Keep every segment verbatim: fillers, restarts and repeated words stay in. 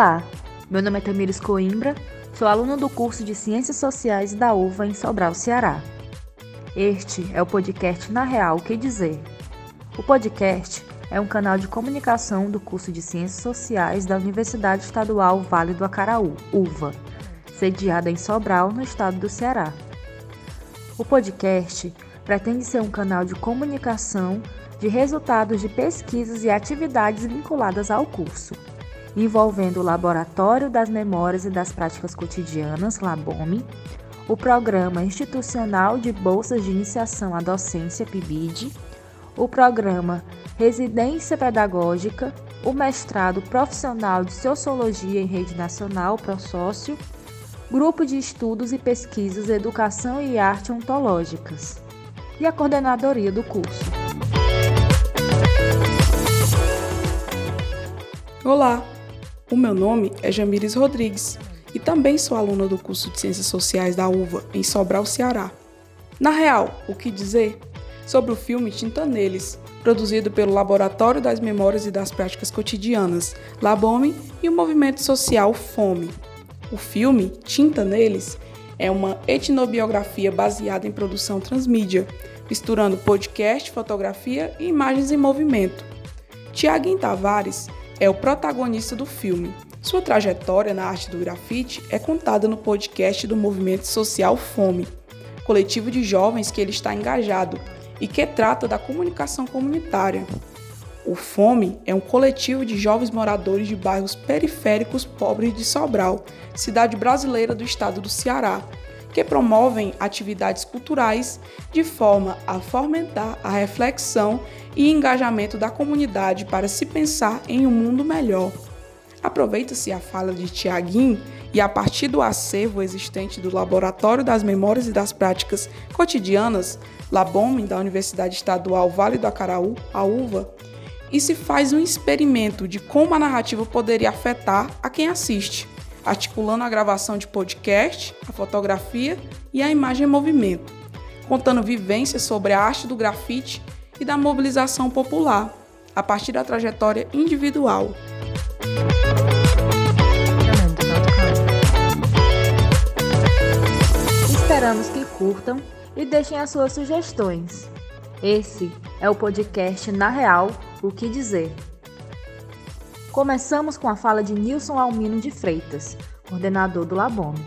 Olá, meu nome é Tamires Coimbra, sou aluna do curso de Ciências Sociais da U V A em Sobral, Ceará. Este é o podcast Na Real, o que dizer? O podcast é um canal de comunicação do curso de Ciências Sociais da Universidade Estadual Vale do Acaraú, U V A, sediada em Sobral, no estado do Ceará. O podcast pretende ser um canal de comunicação de resultados de pesquisas e atividades vinculadas ao curso, envolvendo o Laboratório das Memórias e das Práticas Cotidianas, LABOME, o Programa Institucional de Bolsas de Iniciação à Docência, P I B I D, o Programa Residência Pedagógica, o Mestrado Profissional de Sociologia em Rede Nacional, ProSócio, Grupo de Estudos e Pesquisas Educação e Arte Ontológicas, e a coordenadoria do curso. Olá, o meu nome é Jamires Rodrigues e também sou aluna do curso de Ciências Sociais da U V A em Sobral, Ceará. Na real, o que dizer? Sobre o filme Tinta Neles, produzido pelo Laboratório das Memórias e das Práticas Cotidianas, LABOME, e o movimento social FOME. O filme Tinta Neles é uma etnobiografia baseada em produção transmídia, misturando podcast, fotografia e imagens em movimento. Tiaguinho Tavares é o protagonista do filme. Sua trajetória na arte do grafite é contada no podcast do movimento social FOME, coletivo de jovens que ele está engajado e que trata da comunicação comunitária. O FOME é um coletivo de jovens moradores de bairros periféricos pobres de Sobral, cidade brasileira do estado do Ceará, que promovem atividades culturais de forma a fomentar a reflexão e engajamento da comunidade para se pensar em um mundo melhor. Aproveita-se a fala de Tiaguinho e, a partir do acervo existente do Laboratório das Memórias e das Práticas Cotidianas, LABOME, da Universidade Estadual Vale do Acaraú, a U V A, e se faz um experimento de como a narrativa poderia afetar a quem assiste, articulando a gravação de podcast, a fotografia e a imagem em movimento, contando vivências sobre a arte do grafite e da mobilização popular, a partir da trajetória individual. Esperamos que curtam e deixem as suas sugestões. Esse é o podcast Na Real, o que dizer? Começamos com a fala de Nilson Almino de Freitas, coordenador do LABOME.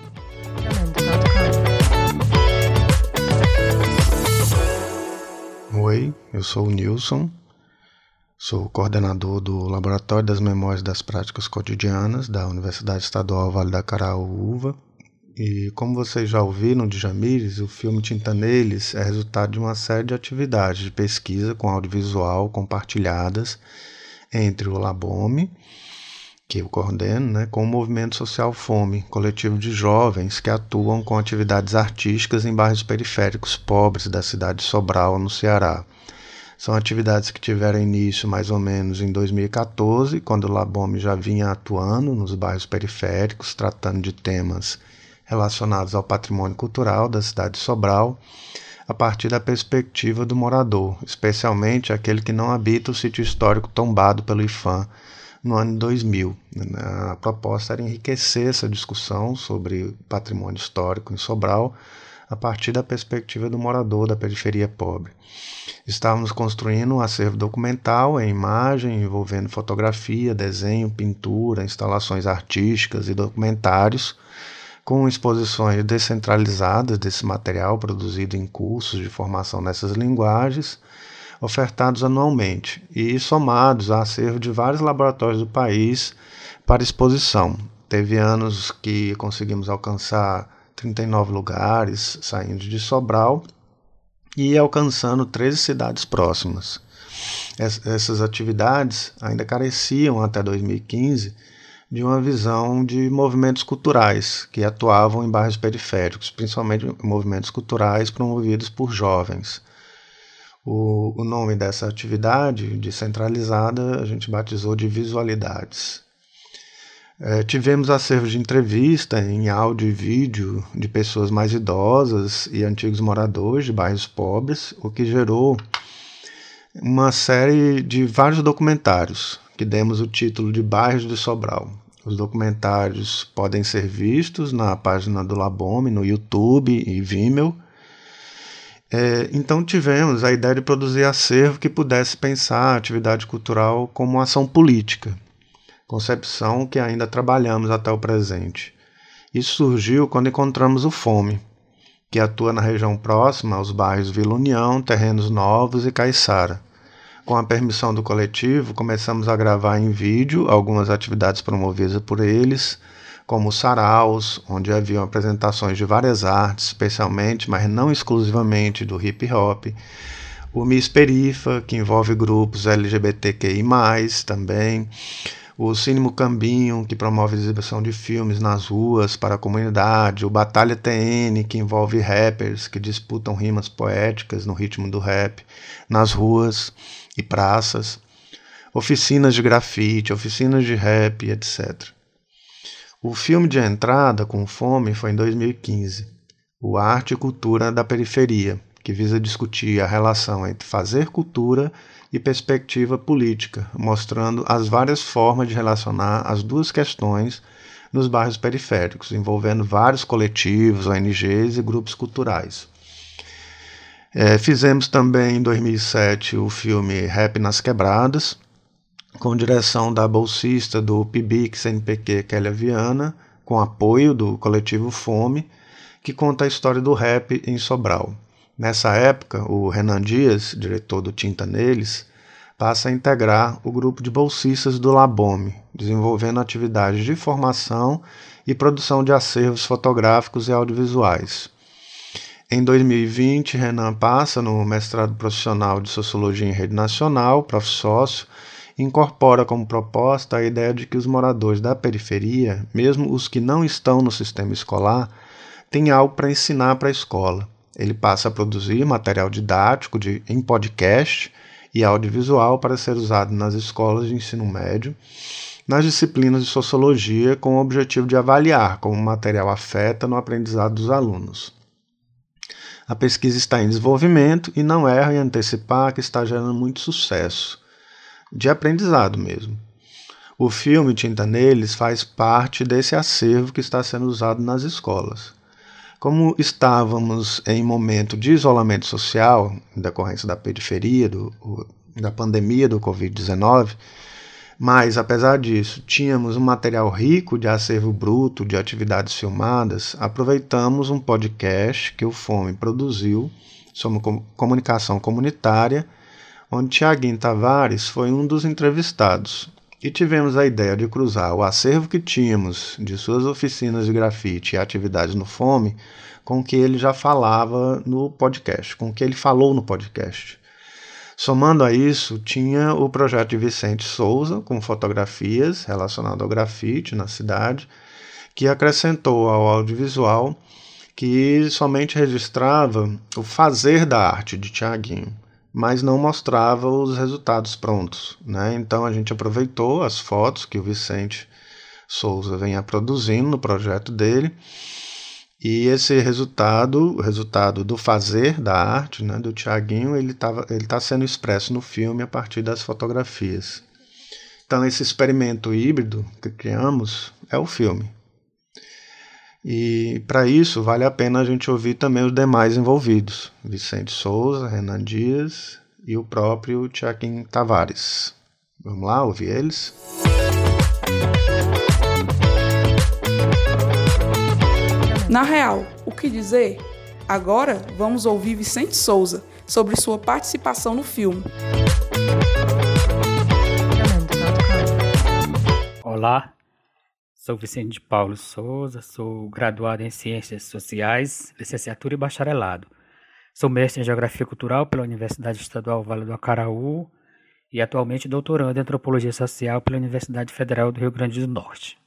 Oi, eu sou o Nilson, sou coordenador do Laboratório das Memórias das Práticas Cotidianas da Universidade Estadual Vale do Acaraú, U V A. E como vocês já ouviram de Jamires, o filme Tinta Neles é resultado de uma série de atividades de pesquisa com audiovisual compartilhadas entre o LABOME, que eu coordeno, né, com o movimento social FOME, coletivo de jovens que atuam com atividades artísticas em bairros periféricos pobres da cidade de Sobral, no Ceará. São atividades que tiveram início mais ou menos em dois mil e quatorze, quando o LABOME já vinha atuando nos bairros periféricos, tratando de temas relacionados ao patrimônio cultural da cidade de Sobral, a partir da perspectiva do morador, especialmente aquele que não habita o sítio histórico tombado pelo IPHAN no ano dois mil. A proposta era enriquecer essa discussão sobre patrimônio histórico em Sobral a partir da perspectiva do morador da periferia pobre. Estávamos construindo um acervo documental em imagem, envolvendo fotografia, desenho, pintura, instalações artísticas e documentários, com exposições descentralizadas desse material produzido em cursos de formação nessas linguagens, ofertados anualmente e somados a acervo de vários laboratórios do país para exposição. Teve anos que conseguimos alcançar trinta e nove lugares, saindo de Sobral e alcançando treze cidades próximas. Essas atividades ainda careciam até dois mil e quinze de uma visão de movimentos culturais que atuavam em bairros periféricos, principalmente movimentos culturais promovidos por jovens. O, o nome dessa atividade descentralizada a gente batizou de Visualidades. É, tivemos acervos de entrevista em áudio e vídeo de pessoas mais idosas e antigos moradores de bairros pobres, o que gerou uma série de vários documentários que demos o título de Bairros de Sobral. Os documentários podem ser vistos na página do Labome, no YouTube e Vimeo. É, então tivemos a ideia de produzir acervo que pudesse pensar a atividade cultural como uma ação política, concepção que ainda trabalhamos até o presente. Isso surgiu quando encontramos o Fome, que atua na região próxima aos bairros Vila União, Terrenos Novos e Caiçara. Com a permissão do coletivo, começamos a gravar em vídeo algumas atividades promovidas por eles, como os saraus, onde haviam apresentações de várias artes, especialmente, mas não exclusivamente, do hip hop, o Miss Perifa, que envolve grupos L G B T Q I mais, também, o Cine Mucambinho, que promove a exibição de filmes nas ruas para a comunidade, o Batalha T N, que envolve rappers que disputam rimas poéticas no ritmo do rap nas ruas e praças, oficinas de grafite, oficinas de rap, etcétera. O filme de entrada com Fome foi em dois mil e quinze, o Arte e Cultura da Periferia, que visa discutir a relação entre fazer cultura e perspectiva política, mostrando as várias formas de relacionar as duas questões nos bairros periféricos, envolvendo vários coletivos, O N Gs e grupos culturais. É, fizemos também em dois mil e sete o filme Rap nas Quebradas, com direção da bolsista do P I B I C N P Q Kélia Viana, com apoio do coletivo Fome, que conta a história do rap em Sobral. Nessa época, o Renan Dias, diretor do Tinta Neles, passa a integrar o grupo de bolsistas do Labome, desenvolvendo atividades de formação e produção de acervos fotográficos e audiovisuais. Em dois mil e vinte, Renan passa no mestrado profissional de Sociologia em Rede Nacional, Prof.Sócio, e incorpora como proposta a ideia de que os moradores da periferia, mesmo os que não estão no sistema escolar, têm algo para ensinar para a escola. Ele passa a produzir material didático de, em podcast e audiovisual para ser usado nas escolas de ensino médio, nas disciplinas de sociologia, com o objetivo de avaliar como o material afeta no aprendizado dos alunos. A pesquisa está em desenvolvimento e não erra em antecipar que está gerando muito sucesso, de aprendizado mesmo. O filme Tinta Neles faz parte desse acervo que está sendo usado nas escolas. Como estávamos em momento de isolamento social, em decorrência da periferia, do, da pandemia do covid dezenove, mas, apesar disso, tínhamos um material rico de acervo bruto de atividades filmadas, aproveitamos um podcast que o Fome produziu sobre comunicação comunitária, onde Tiaguinho Tavares foi um dos entrevistados, e tivemos a ideia de cruzar o acervo que tínhamos de suas oficinas de grafite e atividades no Fome com o que ele já falava no podcast, com o que ele falou no podcast. Somando a isso, tinha o projeto de Vicente Souza, com fotografias relacionadas ao grafite na cidade, que acrescentou ao audiovisual, que somente registrava o fazer da arte de Tiaguinho, mas não mostrava os resultados prontos, né? Então a gente aproveitou as fotos que o Vicente Souza venha produzindo no projeto dele, e esse resultado, o resultado do fazer da arte, né, do Tiaguinho, ele estava ele tá sendo expresso no filme a partir das fotografias. Então esse experimento híbrido que criamos é o filme. E para isso vale a pena a gente ouvir também os demais envolvidos, Vicente Souza, Renan Dias e o próprio Tiaguinho Tavares. Vamos lá ouvir eles? Na real, o que dizer? Agora vamos ouvir Vicente Souza sobre sua participação no filme. Olá, sou Vicente de Paulo Souza, sou graduado em Ciências Sociais, licenciatura e bacharelado. Sou mestre em Geografia Cultural pela Universidade Estadual Vale do Acaraú e atualmente doutorando em Antropologia Social pela Universidade Federal do Rio Grande do Norte.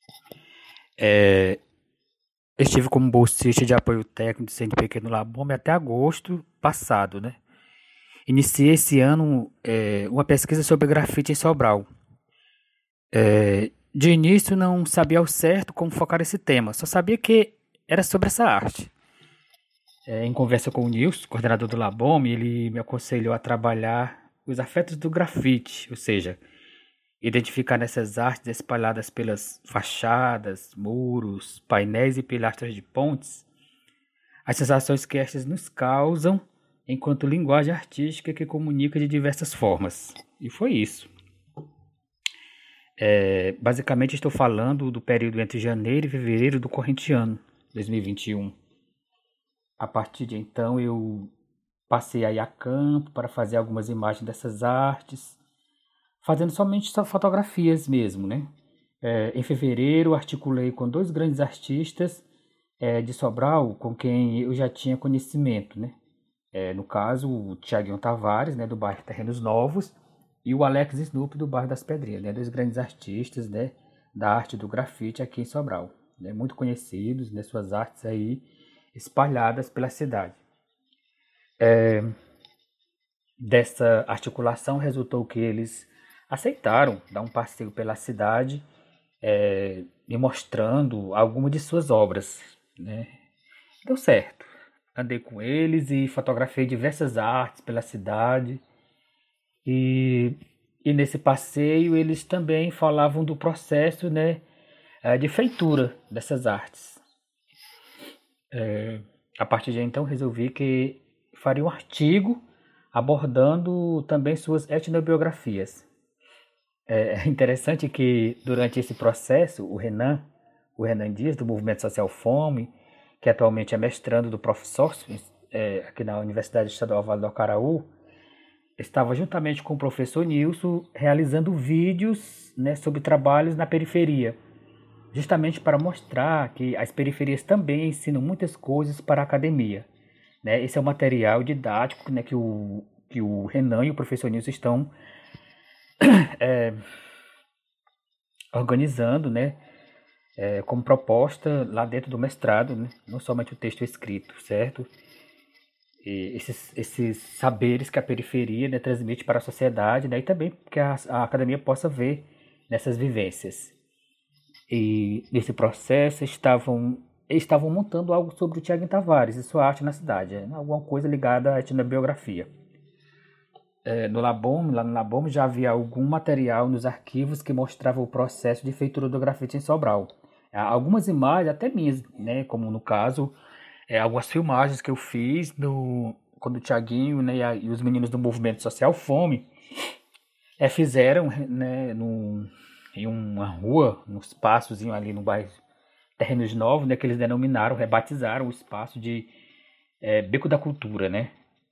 É, estive como bolsista de apoio técnico do C N P Q no Labome até agosto passado, né? Iniciei esse ano é, uma pesquisa sobre grafite em Sobral. É, de início não sabia ao certo como focar esse tema, só sabia que era sobre essa arte. É, em conversa com o Nilson, coordenador do Labome, ele me aconselhou a trabalhar os afetos do grafite, ou seja, identificar nessas artes espalhadas pelas fachadas, muros, painéis e pilastras de pontes, as sensações que estas nos causam enquanto linguagem artística que comunica de diversas formas. E foi isso. É, basicamente estou falando do período entre janeiro e fevereiro do corrente ano, dois mil e vinte e um. A partir de então eu passei aí a campo para fazer algumas imagens dessas artes, fazendo somente só fotografias mesmo, né? É, em fevereiro articulei com dois grandes artistas é, de Sobral, com quem eu já tinha conhecimento, né? É, no caso, o Tiaguinho Tavares, né, do bairro Terrenos Novos, e o Alex Snoop, do bairro das Pedrinhas, né? Dois grandes artistas, né, da arte do grafite aqui em Sobral, né? Muito conhecidos, né? Suas artes aí espalhadas pela cidade. É, dessa articulação resultou que eles aceitaram dar um passeio pela cidade, é, me mostrando algumas de suas obras, né? Deu certo. Andei com eles e fotografei diversas artes pela cidade. E, e nesse passeio eles também falavam do processo, né, de feitura dessas artes. É, a partir de então resolvi que faria um artigo abordando também suas etnobiografias. É interessante que durante esse processo o Renan, o Renan Dias, do Movimento Social Fome, que atualmente é mestrando do Profsócio, é, aqui na Universidade Estadual Vale do Acaraú, estava juntamente com o professor Nilson realizando vídeos, né, sobre trabalhos na periferia, justamente para mostrar que as periferias também ensinam muitas coisas para a academia, né? Esse é o material didático, né, que, o, que o Renan e o professor Nilson estão é, organizando, né, é, como proposta lá dentro do mestrado, né? Não somente o texto escrito, certo? E esses, esses saberes que a periferia, né, transmite para a sociedade, né, e também que a, a academia possa ver nessas vivências. E nesse processo estavam, estavam montando algo sobre o Tiaguinho Tavares e sua arte na cidade, né? Alguma coisa ligada à etnobiografia. É, no Labome, lá no Labome já havia algum material nos arquivos que mostrava o processo de feitura do grafite em Sobral. Algumas imagens, até minhas, né, como no caso, é, algumas filmagens que eu fiz no, quando o Tiaguinho, né, e, a, e os meninos do Movimento Social Fome é, fizeram, né, no, em uma rua, num espaçozinho ali no bairro Terrenos Novos, né, que eles denominaram, rebatizaram o espaço de é, Beco da Cultura, né?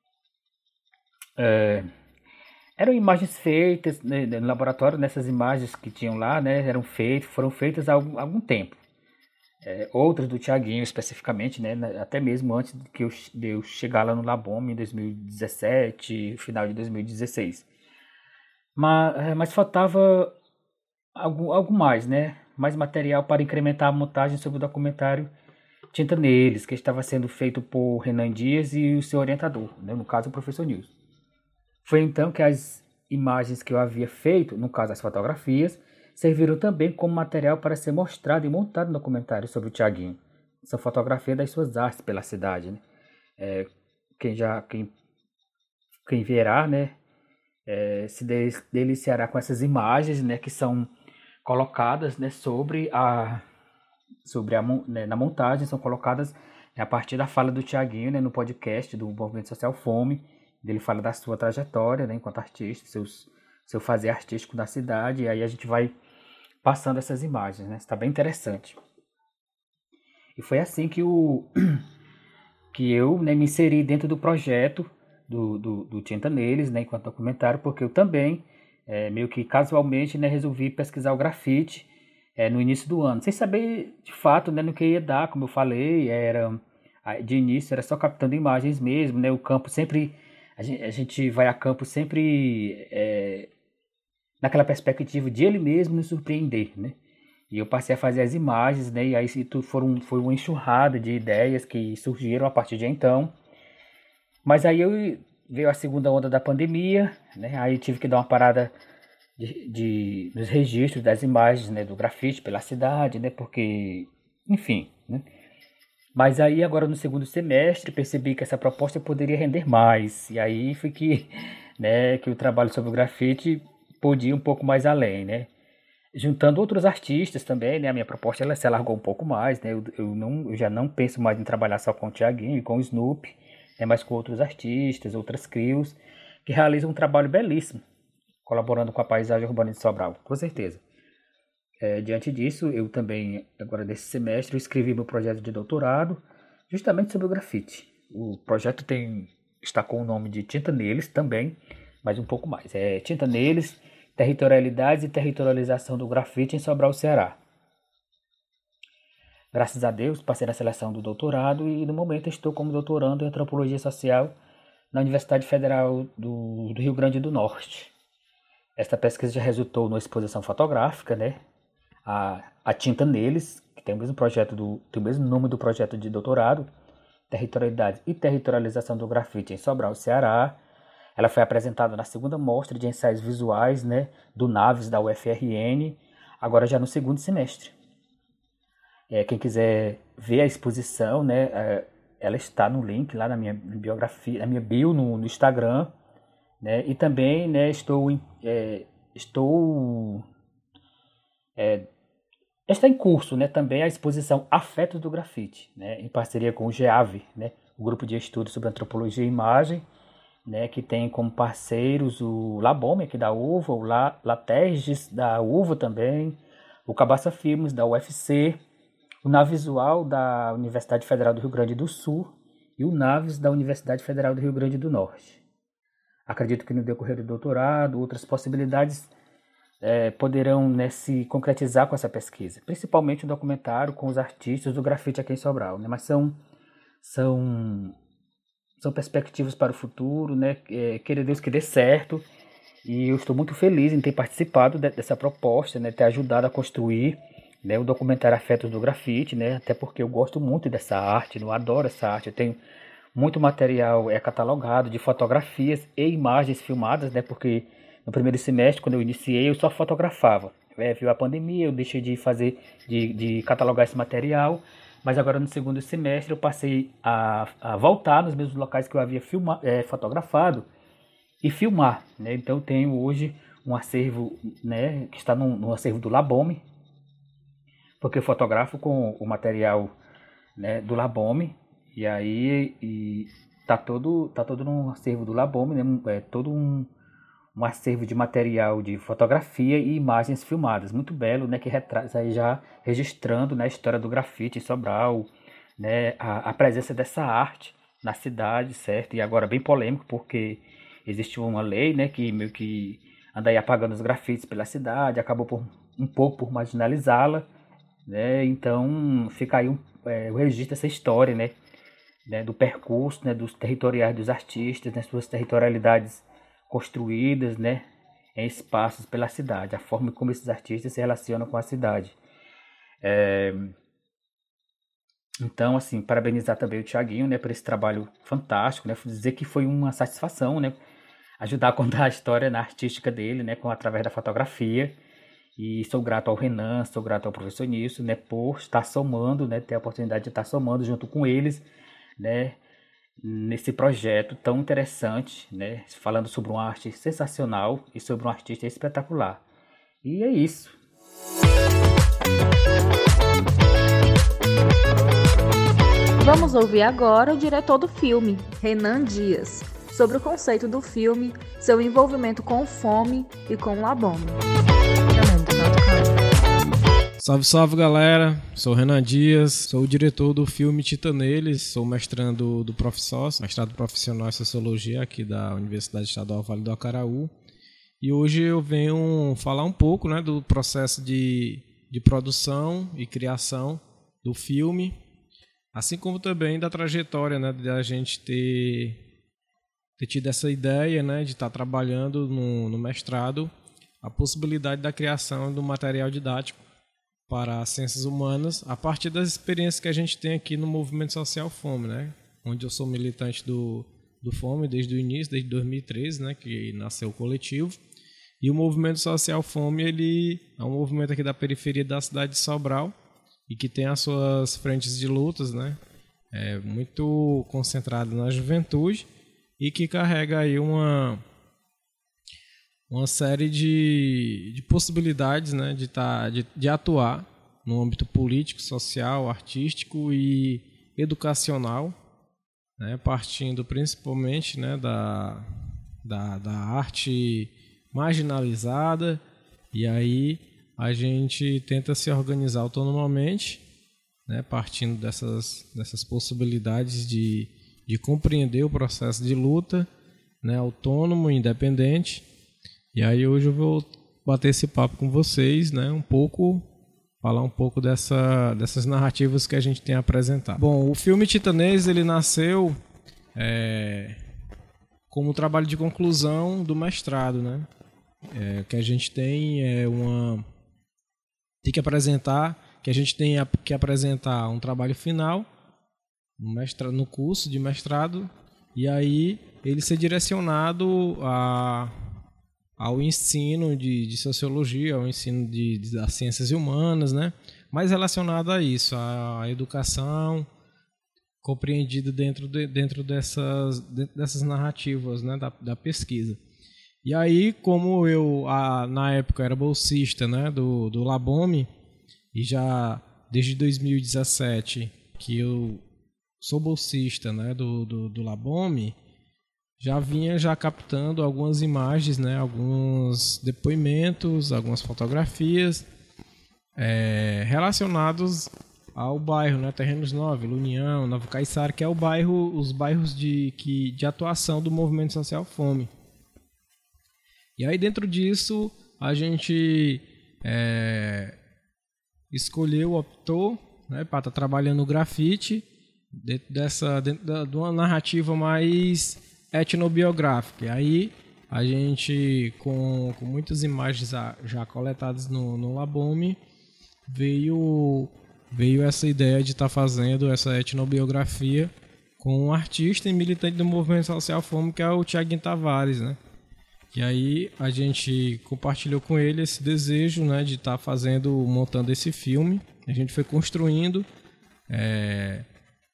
É, eram imagens feitas, né, no laboratório, nessas imagens que tinham lá, né, eram feitas, foram feitas há algum, algum tempo. É, outras do Tiaguinho especificamente, né, até mesmo antes de, que eu, de eu chegar lá no Labome em dois mil e dezessete, final de dois mil e dezesseis. Mas, mas faltava algo, algo mais, né, mais material para incrementar a montagem sobre o documentário Tinta Neles, que estava sendo feito por Renan Dias e o seu orientador, né, no caso o professor Nilson. Foi então que as imagens que eu havia feito, no caso as fotografias, serviram também como material para ser mostrado e montado no documentário sobre o Tiaguinho. São fotografias das suas artes pela cidade, né? É, quem já quem, quem verá, né, é, se deliciará com essas imagens, né, que são colocadas, né, sobre a sobre a né, na montagem, são colocadas, né, a partir da fala do Tiaguinho, né, no podcast do Movimento Social Fome. Ele fala da sua trajetória, né, enquanto artista, seus seu fazer artístico na cidade, e aí a gente vai passando essas imagens, né? Está bem interessante. E foi assim que, o, que eu, né, me inseri dentro do projeto do, do, do Tinta Neles, né, enquanto documentário, porque eu também, é, meio que casualmente, né, resolvi pesquisar o grafite é, no início do ano, sem saber de fato, né, no que ia dar, como eu falei, era, de início era só captando imagens mesmo, né, o campo sempre, a gente, a gente vai a campo sempre é, naquela perspectiva de ele mesmo nos surpreender, né? E eu passei a fazer as imagens, né? E aí isso foram, foi uma enxurrada de ideias que surgiram a partir de então. Mas aí eu, veio a segunda onda da pandemia, né? Aí tive que dar uma parada de, de, nos registros das imagens, né? Do grafite pela cidade, né? Porque, enfim, né? Mas aí agora no segundo semestre percebi que essa proposta poderia render mais. E aí foi que, né, que o trabalho sobre o grafite pôde ir um pouco mais além, né? Juntando outros artistas também, né? A minha proposta ela se alargou um pouco mais, né? Eu, eu, não, eu já não penso mais em trabalhar só com o Thiaguinho e com o Snoopy, né? Mas com outros artistas, outras crios, que realizam um trabalho belíssimo, colaborando com a paisagem urbana de Sobral, com certeza. É, diante disso, eu também, agora desse semestre, eu escrevi meu projeto de doutorado, justamente sobre o grafite. O projeto tem, está com o nome de Tinta Neles também, mas um pouco mais. É Tinta Neles, Territorialidades e Territorialização do Grafite em Sobral, Ceará. Graças a Deus, passei na seleção do doutorado e, no momento, estou como doutorando em Antropologia Social na Universidade Federal do, do Rio Grande do Norte. Esta pesquisa já resultou numa exposição fotográfica, né? A, a Tinta Neles, que tem o mesmo projeto do, tem o mesmo nome do projeto de doutorado, Territorialidade e Territorialização do Grafite em Sobral, Ceará. Ela foi apresentada na segunda mostra de ensaios visuais, né, do Naves da U F R N, agora já no segundo semestre. É, quem quiser ver a exposição, né, é, ela está no link lá na minha biografia, na minha bio no, no Instagram, né, e também, né, estou, é, estou é, está em curso, né, também a exposição Afetos do Grafite, né, em parceria com o GEAV, né, o Grupo de Estudos sobre Antropologia e Imagem, né, que tem como parceiros o Labome, aqui da U V A, o La, Laterges, da U V A também, o Cabaça Filmes, da U F C, o Navisual, da Universidade Federal do Rio Grande do Sul, e o Naves, da Universidade Federal do Rio Grande do Norte. Acredito que no decorrer do doutorado, outras possibilidades é, poderão, né, se concretizar com essa pesquisa, principalmente o documentário com os artistas do grafite aqui em Sobral, né, mas são... são São perspectivas para o futuro, né? É, queira Deus que dê certo. E eu estou muito feliz em ter participado de, dessa proposta, né? Ter ajudado a construir, né, o documentário Afetos do Grafite, né? Até porque eu gosto muito dessa arte, eu adoro essa arte. Eu tenho muito material é, catalogado de fotografias e imagens filmadas, né? Porque no primeiro semestre, quando eu iniciei, eu só fotografava. É, veio a pandemia, eu deixei de fazer, de, de catalogar esse material. Mas agora no segundo semestre eu passei a, a voltar nos mesmos locais que eu havia filma, é, fotografado e filmar, né? Então eu tenho hoje um acervo, né, que está no, no acervo do Labome, porque eu fotografo com o material, né, do Labome, e aí e tá todo, tá todo no acervo do Labome, né? É todo um, um acervo de material de fotografia e imagens filmadas, muito belo, né, que retrata aí já registrando, né, a história do grafite em Sobral, né, a, a presença dessa arte na cidade, certo? E agora bem polêmico, porque existe uma lei, né, que meio que anda aí apagando os grafites pela cidade, acabou por, um pouco por marginalizá-la, né? Então fica aí um, é, o registro dessa história, né, né, do percurso, né, dos territoriais dos artistas, nas suas territorialidades construídas, né, em espaços pela cidade, a forma como esses artistas se relacionam com a cidade. É... Então, assim, parabenizar também o Thiaguinho, né, por esse trabalho fantástico, né, dizer que foi uma satisfação, né, ajudar a contar a história na artística dele, né, com, através da fotografia. E sou grato ao Renan, sou grato ao professor Nilson, né, por estar somando, né, ter a oportunidade de estar somando junto com eles, né, nesse projeto tão interessante, né, falando sobre uma arte sensacional e sobre um artista espetacular. E é isso. Vamos ouvir agora o diretor do filme, Renan Dias, sobre o conceito do filme, seu envolvimento com fome e com o Labome. Salve, salve, galera. Sou Renan Dias, sou o diretor do filme Tinta Neles, sou mestrando do ProfSoc, mestrado profissional em Sociologia aqui da Universidade Estadual Vale do Acaraú. E hoje eu venho falar um pouco, né, do processo de, de produção e criação do filme, assim como também da trajetória, né, de a gente ter, ter tido essa ideia, né, de estar trabalhando no, no mestrado a possibilidade da criação do material didático para as ciências humanas, a partir das experiências que a gente tem aqui no Movimento Social Fome, né? Onde eu sou militante do, do Fome desde o início, desde dois mil e treze, né? Que nasceu o coletivo. E o Movimento Social Fome, ele é um movimento aqui da periferia da cidade de Sobral e que tem as suas frentes de lutas, né? É muito concentrado na juventude e que carrega aí uma, uma série de, de possibilidades, né, de, tá, de, de atuar no âmbito político, social, artístico e educacional, né, partindo principalmente, né, da, da, da arte marginalizada, e aí a gente tenta se organizar autonomamente, né, partindo dessas, dessas possibilidades de, de compreender o processo de luta, né, autônomo, independente. E aí hoje eu vou bater esse papo com vocês, né, um pouco, falar um pouco dessa, dessas narrativas que a gente tem a apresentar. Bom, o filme Titanês, ele nasceu é, como um trabalho de conclusão do mestrado, né? É, que a gente tem é uma tem que apresentar, que a gente tem que apresentar um trabalho final no, mestrado, no curso de mestrado, e aí ele ser direcionado a ao ensino de, de sociologia, ao ensino de, de, das ciências humanas, né? Mais relacionado a isso, a, a educação compreendida dentro, de, dentro, dessas, dentro dessas narrativas, né? da, da pesquisa. E aí, como eu, a, na época, era bolsista, né? do, do Labome, e já desde dois mil e dezessete que eu sou bolsista, né? do, do, do Labome, já vinha já captando algumas imagens, né, alguns depoimentos, algumas fotografias é, relacionados ao bairro, né, Terrenos Novos, União, Nova Caiçara, que é o bairro, os bairros de, que, de atuação do Movimento Social Fome. E aí dentro disso a gente é, escolheu, optou, né, para estar trabalhando no grafite dentro dessa, dentro da, de uma narrativa mais etnobiográfica. E aí a gente, com, com muitas imagens já coletadas no, no Labome, veio, veio essa ideia de estar tá fazendo essa etnobiografia com um artista e militante do Movimento Social Fome, que é o Tiaguinho Tavares, né? E aí a gente compartilhou com ele esse desejo, né, de estar tá fazendo, montando esse filme. A gente foi construindo é,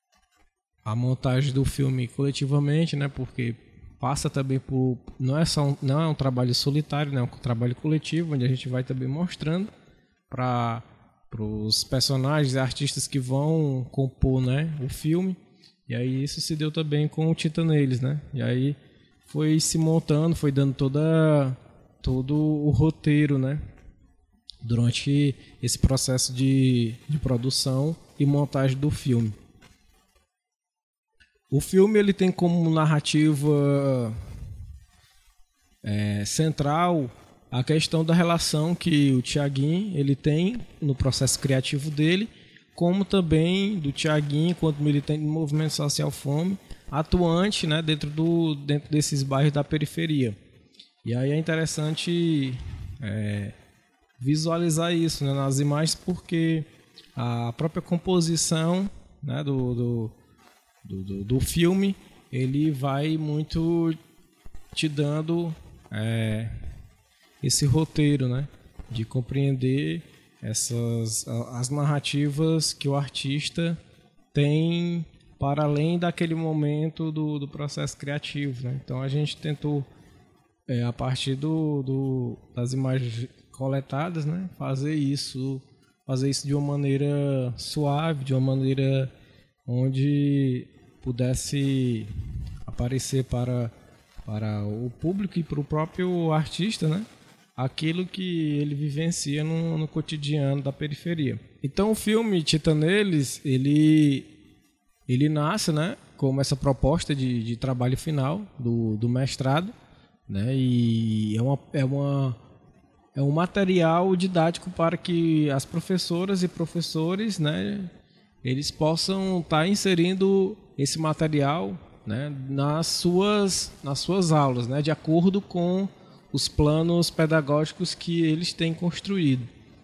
a montagem do filme coletivamente, né? Porque passa também por não é só um, não é um trabalho solitário, né? É um trabalho coletivo, onde a gente vai também mostrando para os personagens e artistas que vão compor, né, o filme. E aí isso se deu também com o Titanês, né? E aí foi se montando, foi dando toda todo o roteiro, né, durante esse processo de, de produção e montagem do filme. O filme ele tem como narrativa é, central a questão da relação que o Tiaguinho ele tem no processo criativo dele, como também do Tiaguinho, enquanto militante do Movimento Social Fome, atuante, né, dentro, do, dentro desses bairros da periferia. E aí é interessante é, visualizar isso, né, nas imagens, porque a própria composição, né, do, do Do, do, do filme, ele vai muito te dando é, esse roteiro, né, de compreender essas as narrativas que o artista tem para além daquele momento do, do processo criativo, né? Então a gente tentou é, a partir do, do, das imagens coletadas, né, fazer isso fazer isso de uma maneira suave, de uma maneira onde pudesse aparecer para, para o público e para o próprio artista, né, aquilo que ele vivencia no, no cotidiano da periferia. Então o filme Titanês, ele, ele nasce, né, como essa proposta de, de trabalho final do, do mestrado, né, e é, uma, é, uma, é um material didático para que as professoras e professores, né, eles possam estar inserindo esse material, né, nas suas, nas suas aulas, né, de acordo com os planos pedagógicos que eles têm construído.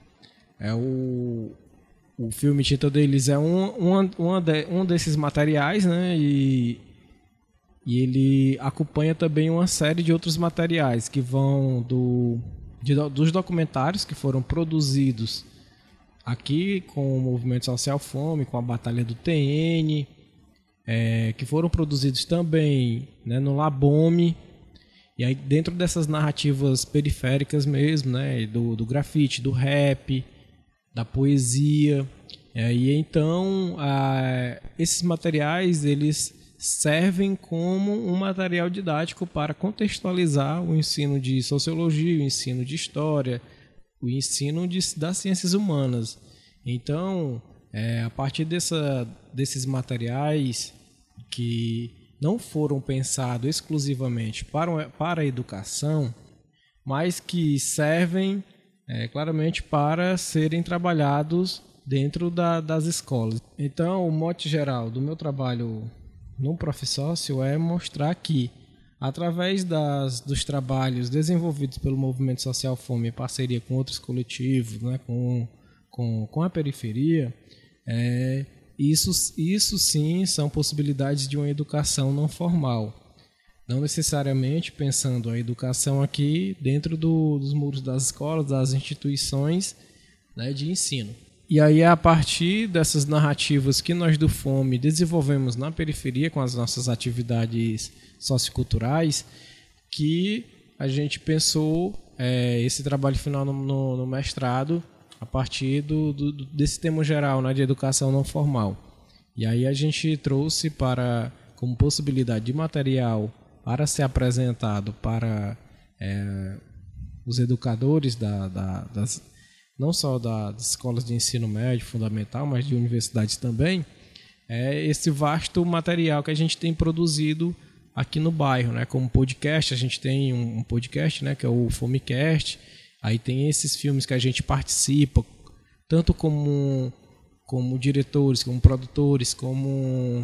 É o, o filme Titanês é um, um, um, de, um desses materiais, né, e, e ele acompanha também uma série de outros materiais que vão do, de, dos documentários que foram produzidos aqui com o Movimento Social Fome, com a Batalha do T N, é, que foram produzidos também, né, no Labome, E aí dentro dessas narrativas periféricas mesmo, né, do, do grafite, do rap, da poesia, é, e então a, esses materiais eles servem como um material didático para contextualizar o ensino de sociologia, o ensino de história, o ensino de, das ciências humanas. Então, é, a partir dessa, desses materiais que não foram pensados exclusivamente para, para a educação, mas que servem é, claramente para serem trabalhados dentro da, das escolas. Então, o mote geral do meu trabalho no Profissócio é mostrar que, através das, dos trabalhos desenvolvidos pelo Movimento Social Fome em parceria com outros coletivos, né, com, com, com a periferia, é, isso, isso sim são possibilidades de uma educação não formal. Não necessariamente pensando a educação aqui dentro do, dos muros das escolas, das instituições, né, de ensino. E aí, a partir dessas narrativas que nós do Fome desenvolvemos na periferia com as nossas atividades socioculturais, que a gente pensou é, esse trabalho final no, no, no mestrado a partir do, do, desse tema geral, né, de educação não formal. E aí a gente trouxe para, como possibilidade de material para ser apresentado para é, os educadores da, da, das não só das escolas de ensino médio, fundamental, mas de universidades também, é esse vasto material que a gente tem produzido aqui no bairro, né? Como podcast, a gente tem um podcast, né, que é o Fomecast, aí tem esses filmes que a gente participa, tanto como, como diretores, como produtores, como,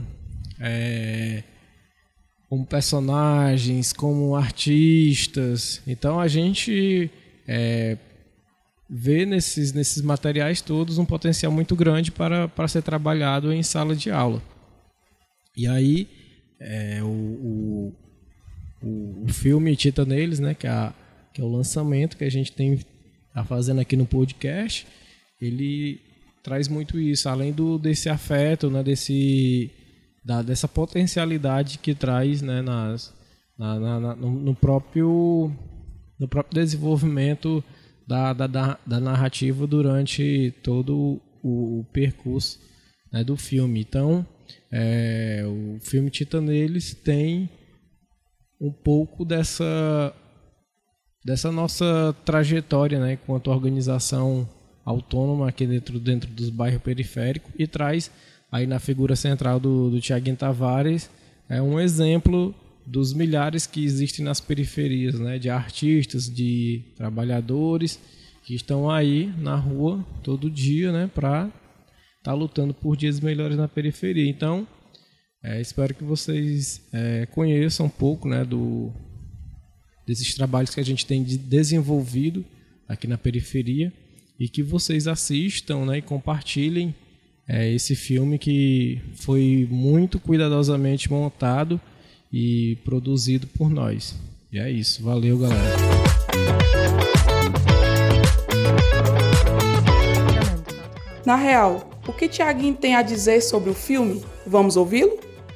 é, como personagens, como artistas. Então a gente é, vê nesses, nesses materiais todos um potencial muito grande para, para ser trabalhado em sala de aula. E aí, é, o, o, o filme Tita Neles, né, que, é a, que é o lançamento que a gente tem tá fazendo aqui no podcast, ele traz muito isso, além do, desse afeto, né, desse, da, dessa potencialidade que traz, né, nas, na, na, na, no, no, próprio, no próprio desenvolvimento Da, da, da narrativa durante todo o, o percurso, né, do filme. Então, é, o filme Tita Neles tem um pouco dessa, dessa nossa trajetória, né, enquanto organização autônoma aqui dentro, dentro dos bairros periféricos, e traz aí na figura central do, do Thiaguinho Tavares é um exemplo dos milhares que existem nas periferias, né, de artistas, de trabalhadores que estão aí na rua todo dia, né, para estar tá lutando por dias melhores na periferia. Então, é, espero que vocês é, conheçam um pouco, né, do, desses trabalhos que a gente tem de desenvolvido aqui na periferia, e que vocês assistam, né, e compartilhem é, esse filme que foi muito cuidadosamente montado e produzido por nós. E é isso. Valeu, galera. Na real, o que Thiaguinho tem a dizer sobre o filme? Vamos ouvi-lo?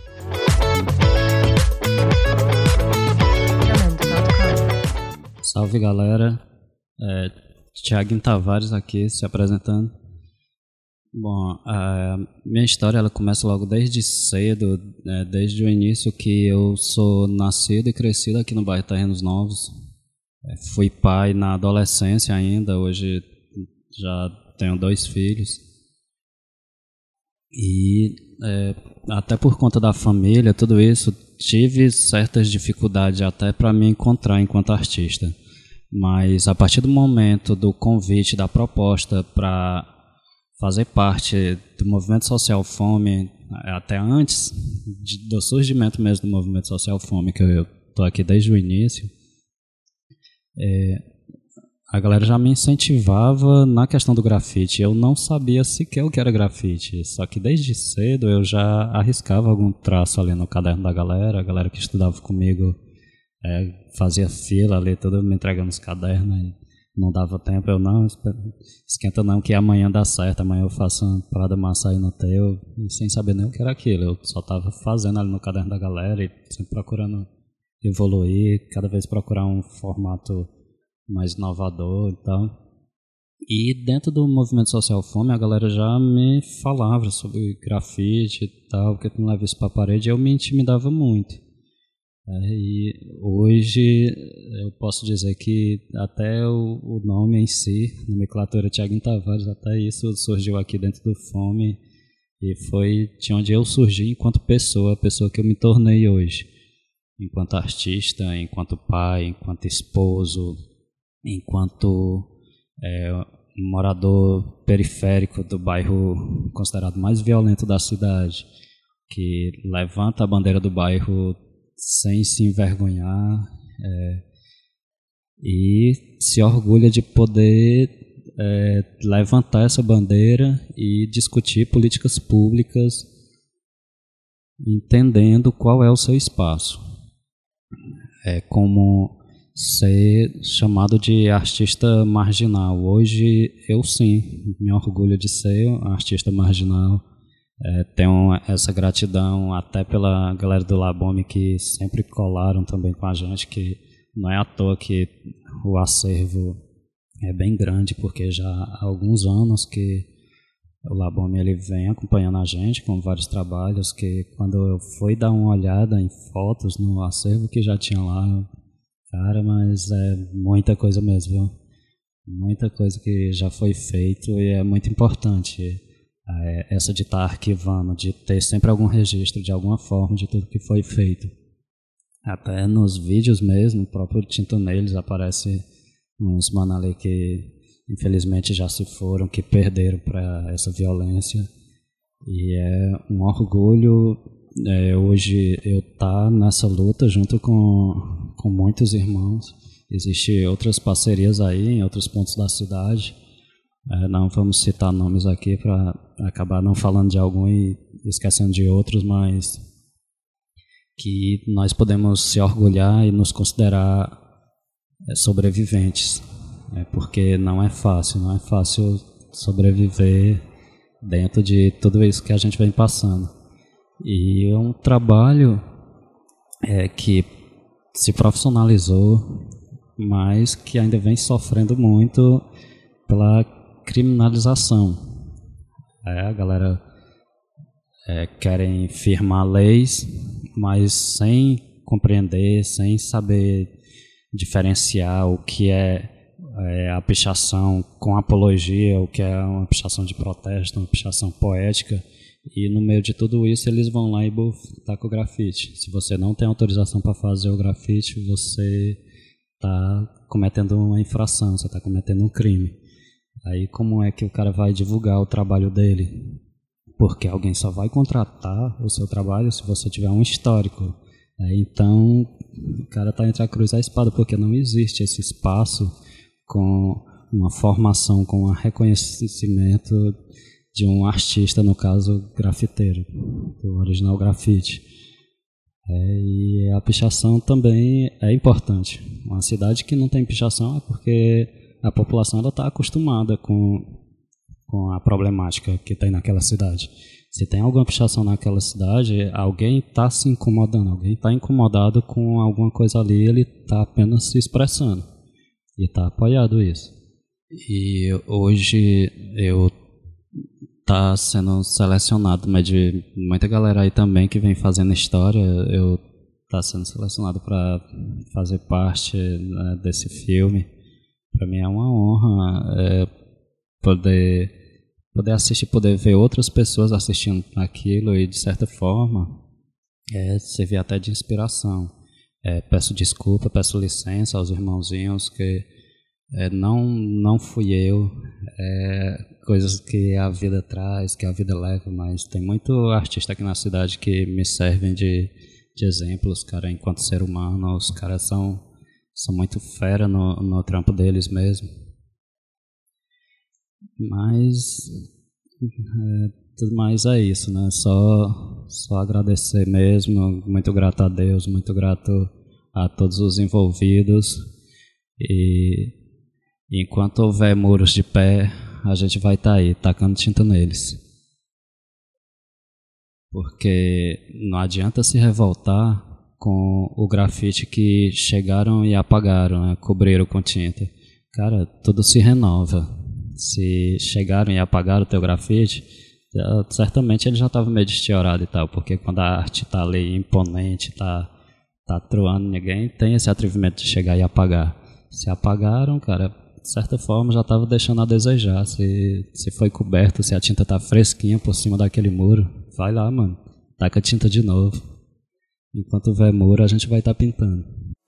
Salve, galera. É, Thiaguinho Tavares aqui, se apresentando. Bom, a minha história ela começa logo desde cedo, é, desde o início, que eu sou nascido e crescido aqui no bairro Terrenos Novos. É, fui pai na adolescência ainda, hoje já tenho dois filhos. E é, até por conta da família, tudo isso, tive certas dificuldades até para me encontrar enquanto artista. Mas a partir do momento do convite, da proposta para fazer parte do Movimento Social Fome, até antes de, do surgimento mesmo do Movimento Social Fome, que eu estou aqui desde o início, é, a galera já me incentivava na questão do grafite. Eu não sabia sequer o que era grafite, só que desde cedo eu já arriscava algum traço ali no caderno da galera. A galera que estudava comigo é, fazia fila ali, tudo me entregando os cadernos. E não dava tempo, eu não, esquenta não, que amanhã dá certo, amanhã eu faço uma parada massa aí no teu, e sem saber nem o que era aquilo. Eu só estava fazendo ali no caderno da galera e sempre procurando evoluir, cada vez procurar um formato mais inovador e tal. E dentro do movimento social Fome, a galera já me falava sobre grafite e tal, porque tu não leva isso para a parede, e eu me intimidava muito. É, e hoje eu posso dizer que até o, o nome em si, nomenclatura Thiaguinho Tavares, até isso surgiu aqui dentro do Fome, e foi de onde eu surgi enquanto pessoa, a pessoa que eu me tornei hoje, enquanto artista, enquanto pai, enquanto esposo, enquanto é, morador periférico do bairro considerado mais violento da cidade, que levanta a bandeira do bairro sem se envergonhar é, e se orgulha de poder é, levantar essa bandeira e discutir políticas públicas, entendendo qual é o seu espaço. É como ser chamado de artista marginal. Hoje eu sim me orgulho de ser um artista marginal. É, tenho essa gratidão até pela galera do Labome que sempre colaram também com a gente, que não é à toa que o acervo é bem grande, porque já há alguns anos que o Labome ele vem acompanhando a gente com vários trabalhos, que quando eu fui dar uma olhada em fotos no acervo que já tinha lá, cara, mas é muita coisa mesmo, viu? Muita coisa que já foi feito e é muito importante é, essa de estar arquivando, de ter sempre algum registro de alguma forma de tudo que foi feito. Até nos vídeos mesmo, o próprio Tinta Neles aparece uns mano ali que infelizmente já se foram, que perderam para essa violência. E é um orgulho é, hoje eu estar nessa luta junto com, com muitos irmãos. Existem outras parcerias aí em outros pontos da cidade. É, não vamos citar nomes aqui para acabar não falando de algum e esquecendo de outros, mas que nós podemos se orgulhar e nos considerar é, sobreviventes. É, porque não é fácil, não é fácil sobreviver dentro de tudo isso que a gente vem passando. E é um trabalho é, que se profissionalizou, mas que ainda vem sofrendo muito pela criminalização. É, a galera é, querem firmar leis, mas sem compreender, sem saber diferenciar o que é, é a pichação com apologia, o que é uma pichação de protesto, uma pichação poética. E no meio de tudo isso eles vão lá e botar com o grafite. Se você não tem autorização para fazer o grafite, você está cometendo uma infração, você está cometendo um crime. Aí como é que o cara vai divulgar o trabalho dele? Porque alguém só vai contratar o seu trabalho se você tiver um histórico. É, então o cara está entre a cruz e a espada, porque não existe esse espaço com uma formação, com um reconhecimento de um artista, no caso grafiteiro, do original grafite. É, e a pichação também é importante. Uma cidade que não tem pichação é porque a população está acostumada com, com a problemática que tem naquela cidade. Se tem alguma pichação naquela cidade, alguém está se incomodando, alguém está incomodado com alguma coisa ali, ele está apenas se expressando e está apoiado isso. E hoje eu tá sendo selecionado, mas de muita galera aí também que vem fazendo história, eu tá sendo selecionado para fazer parte, né, desse filme. Para mim é uma honra é, poder poder assistir, poder ver outras pessoas assistindo aquilo e de certa forma é, servir até de inspiração. É, peço desculpa, peço licença aos irmãozinhos que é, não não fui eu. É, coisas que a vida traz, que a vida leva, mas tem muito artista aqui na cidade que me servem de, de exemplos, cara, enquanto ser humano. Os caras são, são muito fera no, no trampo deles mesmo. Mas é, tudo mais é isso, né? Só, só agradecer mesmo, muito grato a Deus, muito grato a todos os envolvidos. E enquanto houver muros de pé, a gente vai estar tá aí, tacando tinta neles. Porque não adianta se revoltar com o grafite que chegaram e apagaram, né? Cobriram com tinta. Cara, tudo se renova. Se chegaram e apagaram o teu grafite, certamente ele já estava meio destiorado e tal, porque quando a arte está ali imponente, está tá truando, ninguém tem esse atrevimento de chegar e apagar. Se apagaram, cara, de certa forma já estava deixando a desejar. Se, se foi coberto, se a tinta está fresquinha por cima daquele muro, vai lá, mano, taca a tinta de novo. Enquanto houver muro, a gente vai estar tá pintando.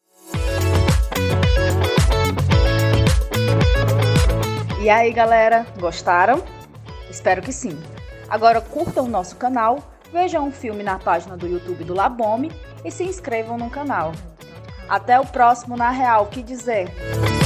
E aí, galera, gostaram? Espero que sim. Agora curtam o nosso canal, vejam um filme na página do YouTube do Labome e se inscrevam no canal. Até o próximo Na Real Que Dizer.